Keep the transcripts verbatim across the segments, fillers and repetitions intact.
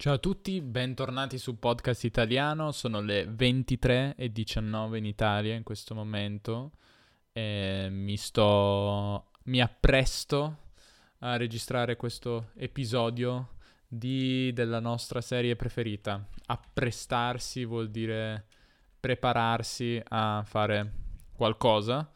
Ciao a tutti, bentornati su Podcast Italiano, sono le ventitré e diciannove in Italia in questo momento e mi sto, mi appresto a registrare questo episodio di, della nostra serie preferita. Apprestarsi vuol dire prepararsi a fare qualcosa.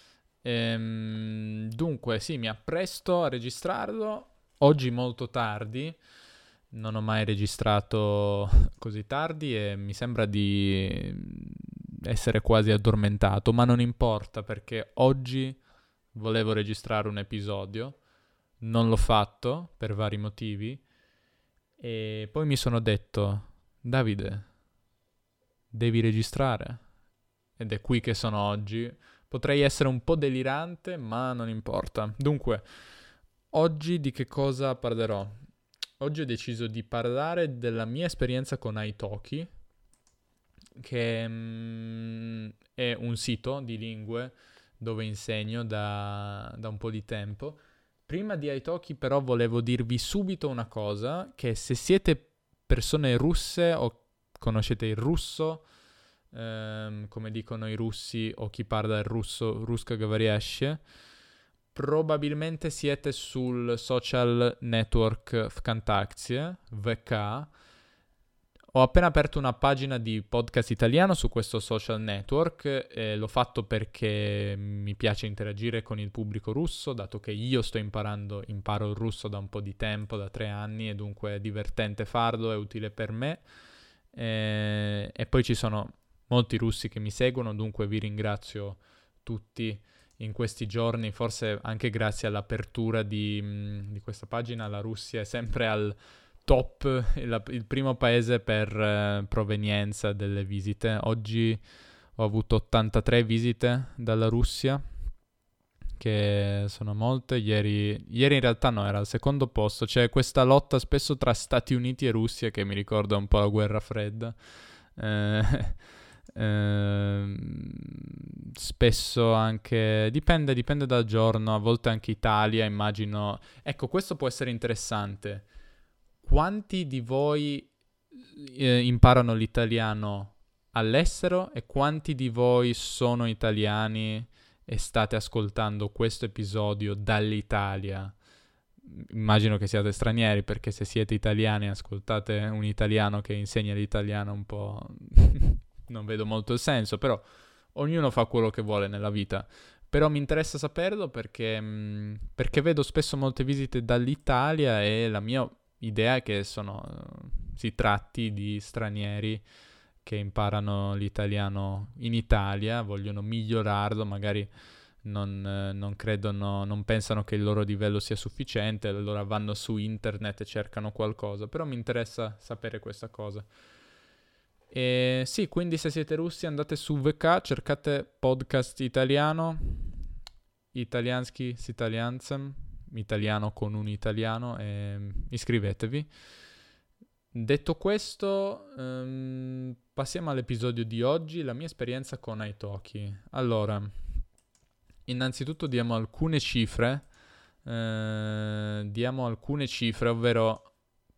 Ehm, dunque sì, mi appresto a registrarlo, oggi molto tardi. Non ho mai registrato così tardi e mi sembra di essere quasi addormentato, ma non importa perché oggi volevo registrare un episodio, non l'ho fatto per vari motivi e poi mi sono detto, Davide, devi registrare. Ed è qui che sono oggi. Potrei essere un po' delirante, ma non importa. Dunque, oggi di che cosa parlerò? Oggi ho deciso di parlare della mia esperienza con Italki, che mm, è un sito di lingue dove insegno da, da un po' di tempo. Prima di Italki però volevo dirvi subito una cosa, che se siete persone russe o conoscete il russo, ehm, come dicono i russi o chi parla il russo, ruska говорящие, probabilmente siete sul social network Vkontakte, V K. Ho appena aperto una pagina di podcast italiano su questo social network e l'ho fatto perché mi piace interagire con il pubblico russo, dato che io sto imparando, imparo il russo da un po' di tempo, da tre anni, e dunque è divertente farlo, è utile per me. E, e poi ci sono molti russi che mi seguono, dunque vi ringrazio tutti in questi giorni, forse anche grazie all'apertura di, di questa pagina. La Russia è sempre al top, il, il primo paese per eh, provenienza delle visite. Oggi ho avuto ottantatré visite dalla Russia, che sono molte. Ieri, ieri in realtà no, era al secondo posto. C'è questa lotta spesso tra Stati Uniti e Russia che mi ricorda un po' la guerra fredda. Eh, ehm, spesso anche dipende, dipende dal giorno, a volte anche Italia, immagino. Ecco, questo può essere interessante. Quanti di voi eh, imparano l'italiano all'estero e quanti di voi sono italiani e state ascoltando questo episodio dall'Italia? Immagino che siate stranieri, perché se siete italiani e ascoltate un italiano che insegna l'italiano un po' non vedo molto il senso, però ognuno fa quello che vuole nella vita. Però mi interessa saperlo perché, mh, perché vedo spesso molte visite dall'Italia e la mia idea è che sono, si tratti di stranieri che imparano l'italiano in Italia, vogliono migliorarlo, magari non, eh, non credono, non pensano che il loro livello sia sufficiente, allora vanno su internet e cercano qualcosa, però mi interessa sapere questa cosa. E sì, quindi se siete russi andate su V K, cercate podcast italiano, italianski s italiancem, italiano con un italiano, e iscrivetevi. Detto questo, um, passiamo all'episodio di oggi, la mia esperienza con Italki. Allora, innanzitutto diamo alcune cifre, eh, diamo alcune cifre, ovvero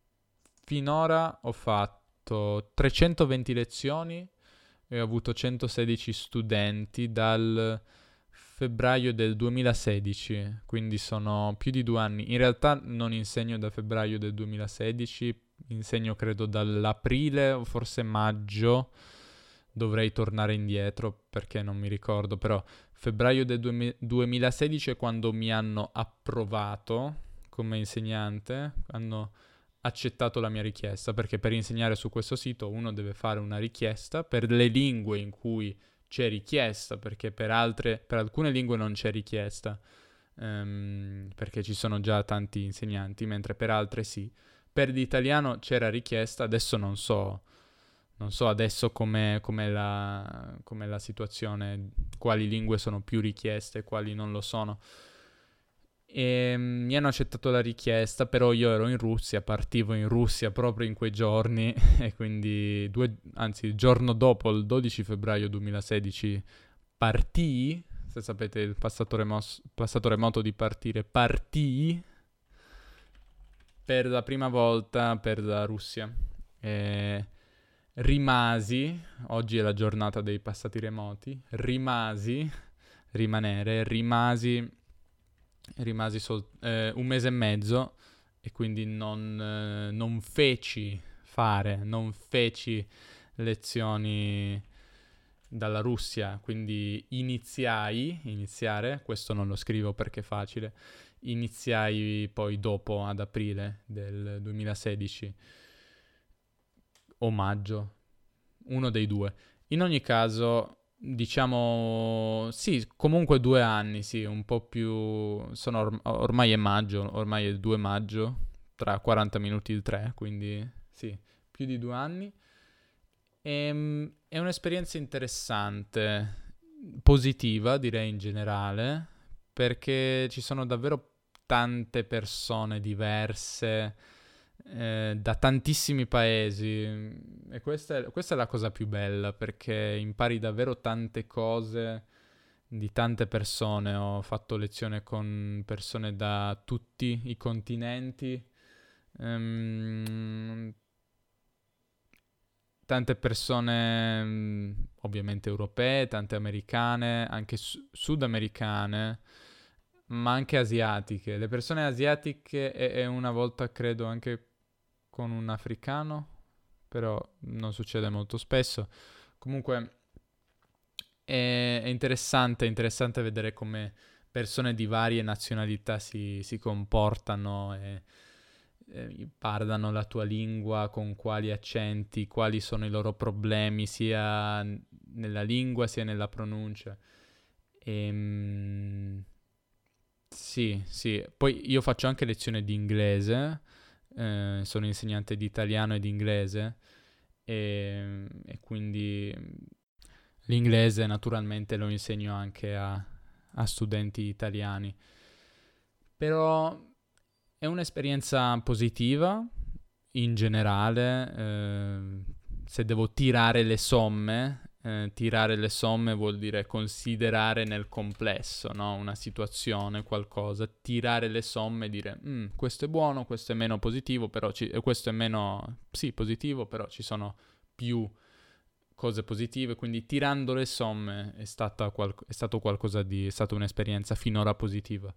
finora ho fatto trecentoventi lezioni e ho avuto centosedici studenti dal febbraio del duemilasedici, quindi sono più di due anni. In realtà non insegno da febbraio del duemilasedici, insegno credo dall'aprile o forse maggio, dovrei tornare indietro perché non mi ricordo, però febbraio del duemilasedici è quando mi hanno approvato come insegnante, hanno accettato la mia richiesta, perché per insegnare su questo sito uno deve fare una richiesta per le lingue in cui c'è richiesta, perché per altre, per alcune lingue non c'è richiesta, um, perché ci sono già tanti insegnanti, mentre per altre sì. Per l'italiano c'era richiesta, adesso non so, non so adesso com'è, com'è, la, com'è la situazione, quali lingue sono più richieste e quali non lo sono. E mi hanno accettato la richiesta, però io ero in Russia, partivo in Russia proprio in quei giorni e quindi due, anzi il giorno dopo, il dodici febbraio duemilasedici, partii, se sapete il passatore, mos- passatore moto di partire, partii per la prima volta per la Russia. E rimasi, oggi è la giornata dei passati remoti, rimasi, rimanere, rimasi, rimasi sol- eh, un mese e mezzo e quindi non, eh, non feci fare, non feci lezioni dalla Russia, quindi iniziai, iniziare, questo non lo scrivo perché è facile, iniziai poi dopo ad aprile del duemilasedici o maggio, uno dei due. In ogni caso, diciamo, sì, comunque due anni, sì, un po' più, sono orm- ormai è maggio, ormai è il due maggio, tra quaranta minuti il tre, quindi sì, più di due anni. Ehm, è un'esperienza interessante, positiva direi in generale, perché ci sono davvero tante persone diverse, eh, da tantissimi paesi e questa è, questa è la cosa più bella perché impari davvero tante cose di tante persone. Ho fatto lezione con persone da tutti i continenti, ehm, tante persone mh, ovviamente europee, tante americane, anche su- sudamericane, ma anche asiatiche. Le persone asiatiche e, e una volta credo anche con un africano, però non succede molto spesso. Comunque è, è interessante, è interessante vedere come persone di varie nazionalità si, si comportano e eh, parlano la tua lingua, con quali accenti, quali sono i loro problemi, sia nella lingua sia nella pronuncia. Ehm, sì, sì. Poi io faccio anche lezione di inglese, eh, sono insegnante di italiano e di inglese e, e quindi l'inglese naturalmente lo insegno anche a, a studenti italiani. Però è un'esperienza positiva in generale. Eh, se devo tirare le somme, eh, tirare le somme vuol dire considerare nel complesso, no? Una situazione, qualcosa, tirare le somme e dire "Mm, questo è buono, questo è meno positivo, però ci- eh, questo è meno, sì, positivo, però ci sono più cose positive, quindi tirando le somme è, stata qual- è stato qualcosa di, è stata un'esperienza finora positiva.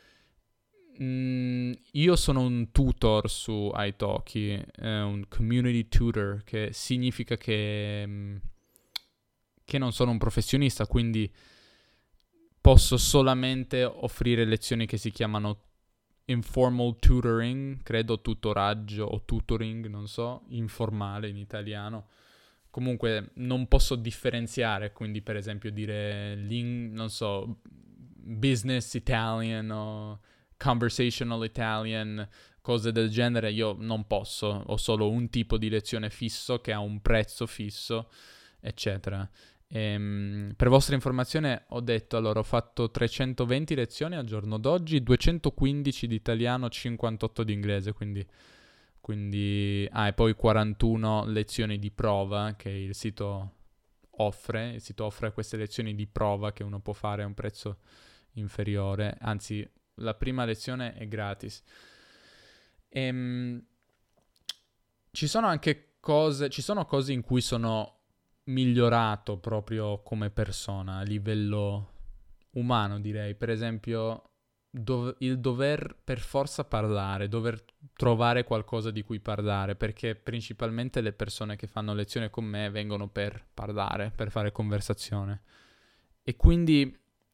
Mm, io sono un tutor su Italki, eh, un community tutor, che significa che, mm, che non sono un professionista, quindi posso solamente offrire lezioni che si chiamano informal tutoring, credo tutoraggio o tutoring, non so, informale in italiano. Comunque non posso differenziare, quindi per esempio dire, ling- non so, business Italian o conversational Italian, cose del genere, io non posso, ho solo un tipo di lezione fisso che ha un prezzo fisso, eccetera. Ehm, per vostra informazione ho detto, allora ho fatto trecentoventi lezioni al giorno d'oggi, duecentoquindici di italiano, cinquantotto di inglese, quindi quindi, ah, e poi quarantuno lezioni di prova che il sito offre. Il sito offre queste lezioni di prova che uno può fare a un prezzo inferiore. Anzi, la prima lezione è gratis. Ehm, ci sono anche cose, ci sono cose in cui sono migliorato proprio come persona a livello umano, direi. Per esempio, dov- il dover per forza parlare, dover trovare qualcosa di cui parlare, perché principalmente le persone che fanno lezione con me vengono per parlare, per fare conversazione. E quindi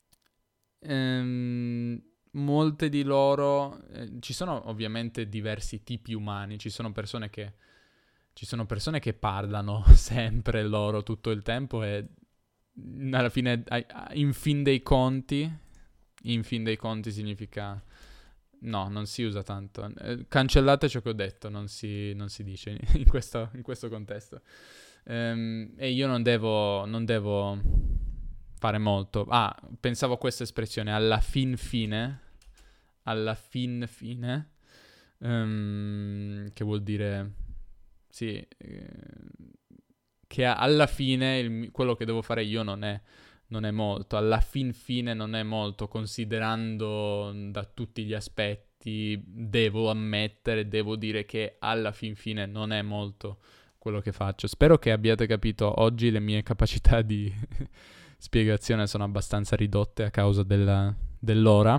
ehm, molte di loro, eh, ci sono ovviamente diversi tipi umani, ci sono persone che, ci sono persone che parlano sempre loro tutto il tempo e alla fine, ai- a- in fin dei conti, in fin dei conti significa no, non si usa tanto. Eh, cancellate ciò che ho detto, non si, non si dice in questo, in questo contesto. Ehm, e io non devo, non devo fare molto. Ah, pensavo a questa espressione, alla fin fine, alla fin fine, ehm, che vuol dire, sì, eh, che alla fine il- quello che devo fare io non è non è molto, alla fin fine non è molto, considerando da tutti gli aspetti onesti, devo ammettere, devo dire che alla fin fine non è molto quello che faccio. Spero che abbiate capito, oggi le mie capacità di spiegazione sono abbastanza ridotte a causa della, dell'ora.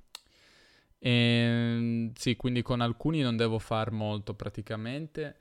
E, sì, quindi con alcuni non devo far molto praticamente,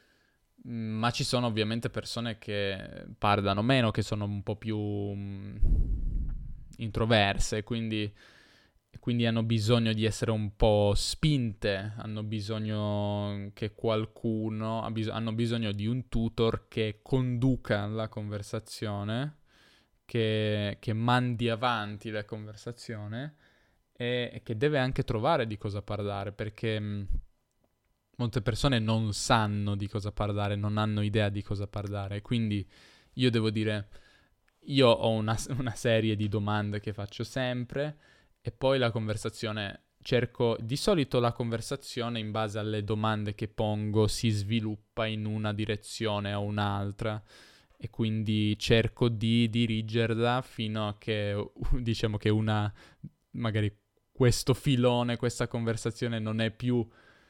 ma ci sono ovviamente persone che parlano meno, che sono un po' più mm, introverse, quindi, quindi hanno bisogno di essere un po' spinte, hanno bisogno che qualcuno, ha bis- hanno bisogno di un tutor che conduca la conversazione, che, che mandi avanti la conversazione e, e che deve anche trovare di cosa parlare, perché mh, molte persone non sanno di cosa parlare, non hanno idea di cosa parlare, quindi io devo dire, io ho una, una serie di domande che faccio sempre e poi la conversazione, cerco, di solito la conversazione in base alle domande che pongo si sviluppa in una direzione o un'altra e quindi cerco di dirigerla fino a che, diciamo che una, magari questo filone, questa conversazione non è più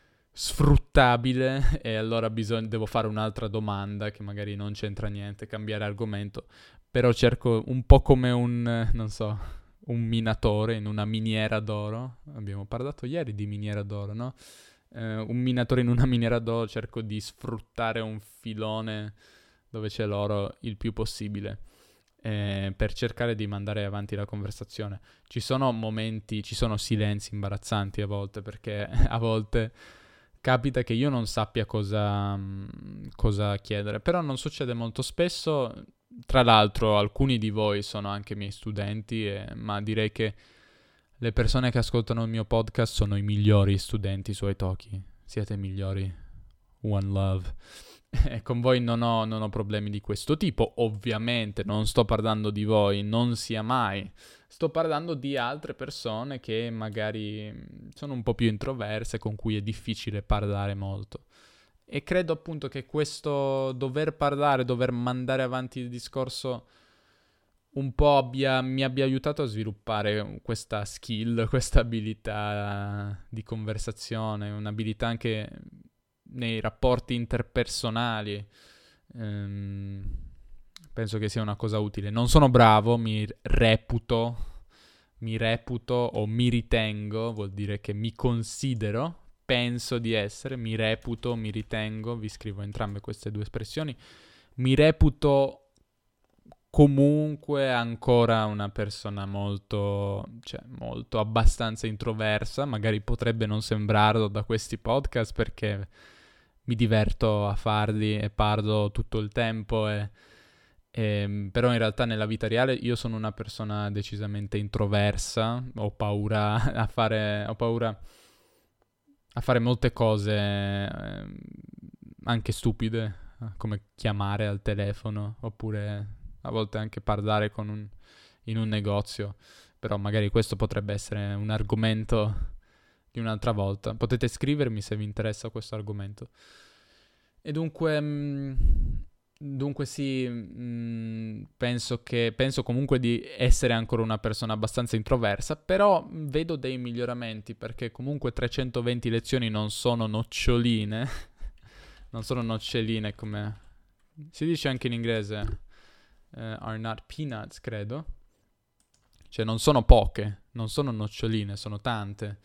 sfruttabile e allora bisogna, devo fare un'altra domanda che magari non c'entra niente, cambiare argomento, però cerco un po' come un, non so, un minatore in una miniera d'oro, abbiamo parlato ieri di miniera d'oro, no? Eh, un minatore in una miniera d'oro, cerco di sfruttare un filone dove c'è l'oro il più possibile. Eh, per cercare di mandare avanti la conversazione. Ci sono momenti, ci sono silenzi imbarazzanti a volte, perché a volte capita che io non sappia cosa, cosa chiedere, però non succede molto spesso. Tra l'altro alcuni di voi sono anche miei studenti, e, ma direi che le persone che ascoltano il mio podcast sono i migliori studenti su Italki. Siete i migliori. One love. E con voi non ho, non ho problemi di questo tipo, ovviamente non sto parlando di voi, non sia mai. Sto parlando di altre persone che magari sono un po' più introverse, con cui è difficile parlare molto. E credo appunto che questo dover parlare, dover mandare avanti il discorso un po' abbia, mi abbia aiutato a sviluppare questa skill, questa abilità di conversazione, un'abilità anche nei rapporti interpersonali. Ehm, penso che sia una cosa utile. Non sono bravo, mi reputo, mi reputo o mi ritengo, vuol dire che mi considero, penso di essere, mi reputo, mi ritengo, vi scrivo entrambe queste due espressioni, mi reputo comunque ancora una persona molto, cioè molto abbastanza introversa, magari potrebbe non sembrarlo da questi podcast perché mi diverto a farli e parlo tutto il tempo, e, e, però in realtà nella vita reale io sono una persona decisamente introversa, ho paura a fare, ho paura a fare molte cose, eh, anche stupide, come chiamare al telefono, oppure a volte anche parlare con un, in un negozio, però magari questo potrebbe essere un argomento di un'altra volta. Potete scrivermi se vi interessa questo argomento. E dunque, mh, dunque sì, mh, penso che penso comunque di essere ancora una persona abbastanza introversa, però vedo dei miglioramenti perché comunque trecentoventi lezioni non sono noccioline, non sono noccioline come si dice anche in inglese, uh, are not peanuts, credo. Cioè non sono poche, non sono noccioline, sono tante.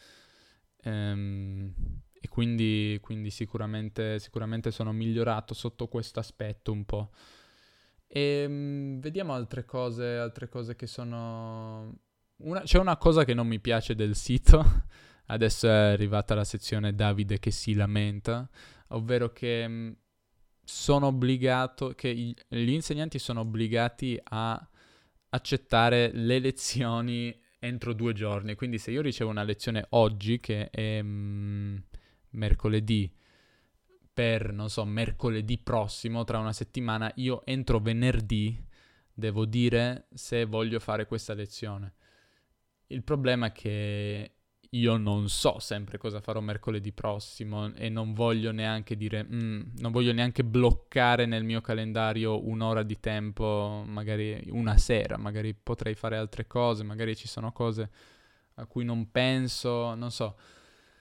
Ehm, e quindi, quindi sicuramente, sicuramente sono migliorato sotto questo aspetto un po'. E um, vediamo altre cose, altre cose che sono... Una, c'è una cosa che non mi piace del sito, adesso è arrivata la sezione Davide che si lamenta, ovvero che um, sono obbligato, che i, gli insegnanti sono obbligati a accettare le lezioni entro due giorni. Quindi se io ricevo una lezione oggi, che è mm, mercoledì, per, non so, mercoledì prossimo, tra una settimana, io entro venerdì devo dire se voglio fare questa lezione. Il problema è che io non so sempre cosa farò mercoledì prossimo e non voglio neanche dire, mm, non voglio neanche bloccare nel mio calendario un'ora di tempo, magari una sera, magari potrei fare altre cose, magari ci sono cose a cui non penso, non so.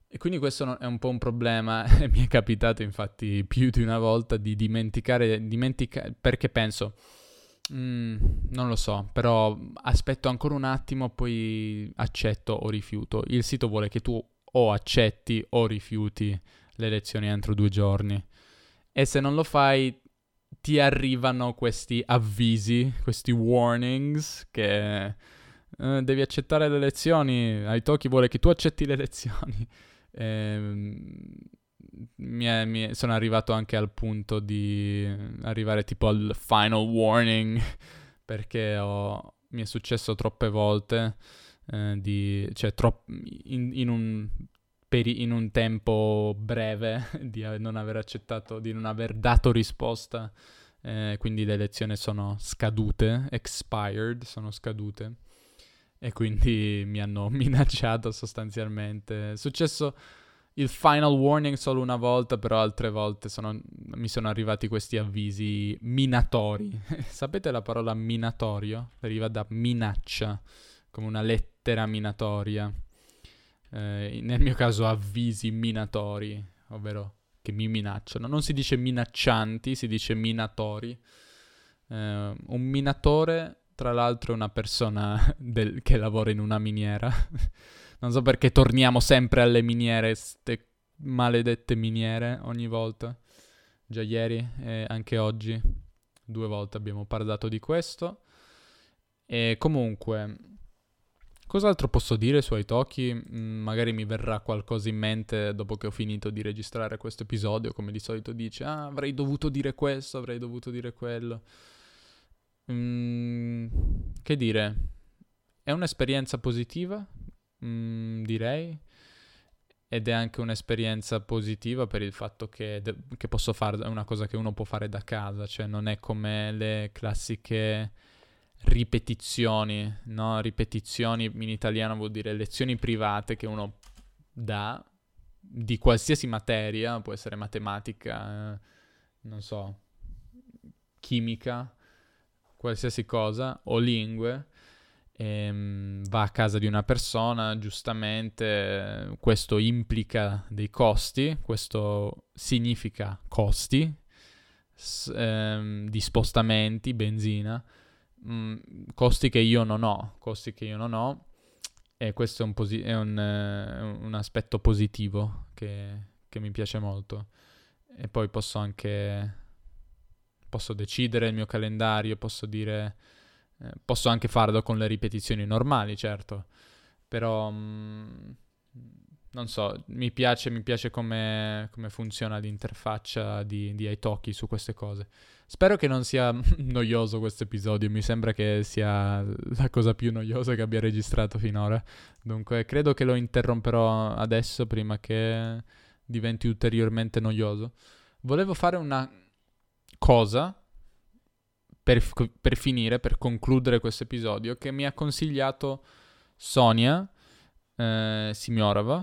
E quindi questo no- è un po' un problema, e mi è capitato infatti più di una volta di dimenticare, dimentica- perché penso, "Mm, non lo so, però aspetto ancora un attimo, poi accetto o rifiuto. Il sito vuole che tu o accetti o rifiuti le lezioni entro due giorni. E se non lo fai, ti arrivano questi avvisi, questi warnings che eh, devi accettare le lezioni. Italki vuole che tu accetti le lezioni. Ehm, mi è- mi è- sono arrivato anche al punto di arrivare tipo al final warning perché ho- mi è successo troppe volte eh, di, cioè tro- in, in un peri- in un tempo breve di a- non aver accettato, di non aver dato risposta, eh, quindi le lezioni sono scadute, expired, sono scadute. E quindi mi hanno minacciato sostanzialmente. È successo il final warning solo una volta, però altre volte sono- mi sono arrivati questi avvisi minatori. Sapete la parola minatorio? Deriva da minaccia, come una lettera minatoria. Eh, nel mio caso avvisi minatori, ovvero che mi minacciano. Non si dice minaccianti, si dice minatori. Eh, un minatore, tra l'altro, è una persona del- che lavora in una miniera. Non so perché torniamo sempre alle miniere, ste maledette miniere, ogni volta. Già ieri e anche oggi, due volte abbiamo parlato di questo. E comunque, cos'altro posso dire su Italki? Mm, magari mi verrà qualcosa in mente dopo che ho finito di registrare questo episodio, come di solito dice, ah, avrei dovuto dire questo, avrei dovuto dire quello. Mm, che dire? È un'esperienza positiva, mm, direi, ed è anche un'esperienza positiva per il fatto che, de- che posso fare, è una cosa che uno può fare da casa, cioè non è come le classiche ripetizioni, no? Ripetizioni in italiano vuol dire lezioni private che uno dà di qualsiasi materia, può essere matematica, eh, non so, chimica, qualsiasi cosa, o lingue, ehm, va a casa di una persona, giustamente, eh, questo implica dei costi, questo significa costi, s- ehm, di spostamenti, benzina, mh, costi che io non ho, costi che io non ho, e questo è un, posi- è un, eh, un aspetto positivo che, che mi piace molto. E poi posso anche, posso decidere il mio calendario, posso dire, eh, posso anche farlo con le ripetizioni normali, certo, però mh, non so, mi piace, mi piace come, come funziona l'interfaccia di, di Italki su queste cose. Spero che non sia noioso questo episodio, mi sembra che sia la cosa più noiosa che abbia registrato finora. Dunque, credo che lo interromperò adesso prima che diventi ulteriormente noioso. Volevo fare una cosa per, per finire, per concludere questo episodio, che mi ha consigliato Sonia eh, Simiorova,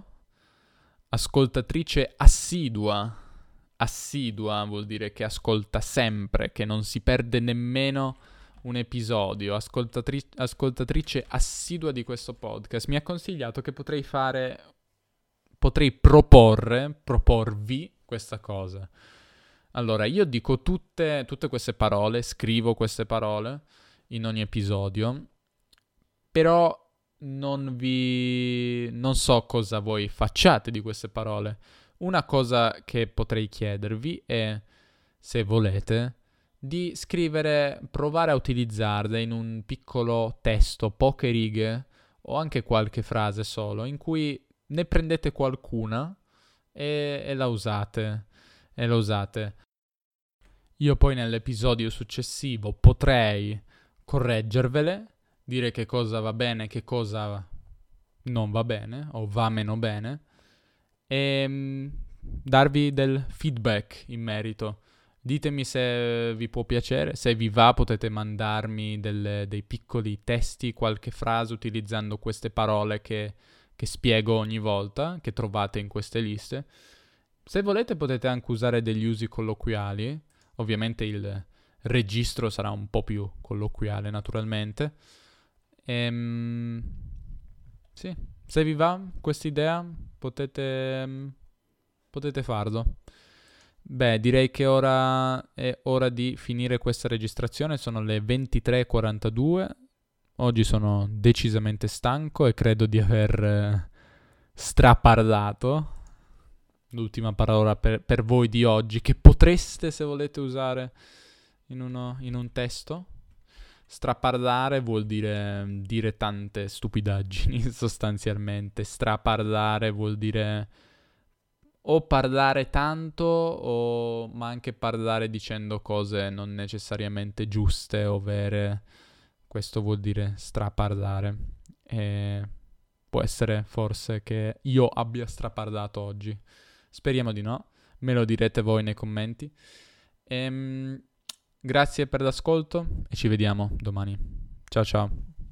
ascoltatrice assidua. Assidua vuol dire che ascolta sempre, che non si perde nemmeno un episodio. Ascoltatri- ascoltatrice assidua di questo podcast. Mi ha consigliato che potrei fare, potrei proporre, proporvi questa cosa. Allora, io dico tutte, tutte queste parole, scrivo queste parole in ogni episodio, però non vi... non so cosa voi facciate di queste parole. Una cosa che potrei chiedervi è, se volete, di scrivere, provare a utilizzarle in un piccolo testo, poche righe o anche qualche frase solo, in cui ne prendete qualcuna e, e la usate. E la usate. Io poi nell'episodio successivo potrei correggervele, dire che cosa va bene, che cosa non va bene o va meno bene e mm, darvi del feedback in merito. Ditemi se vi può piacere, se vi va potete mandarmi delle- dei piccoli testi, qualche frase utilizzando queste parole che, che spiego ogni volta, che trovate in queste liste. Se volete potete anche usare degli usi colloquiali, ovviamente il registro sarà un po' più colloquiale naturalmente. Ehm, sì, se vi va questa idea potete, potete farlo. Beh, direi che ora è ora di finire questa registrazione, sono le ventitré e quarantadue. Oggi sono decisamente stanco e credo di aver eh, straparlato. L'ultima parola per, per voi di oggi, che potreste, se volete, usare in, uno, in un testo. Straparlare vuol dire dire tante stupidaggini, sostanzialmente. Straparlare vuol dire o parlare tanto, o, ma anche parlare dicendo cose non necessariamente giuste o vere. Questo vuol dire straparlare. E può essere forse che io abbia straparlato oggi. Speriamo di no. Me lo direte voi nei commenti. Ehm, grazie per l'ascolto e ci vediamo domani. Ciao ciao.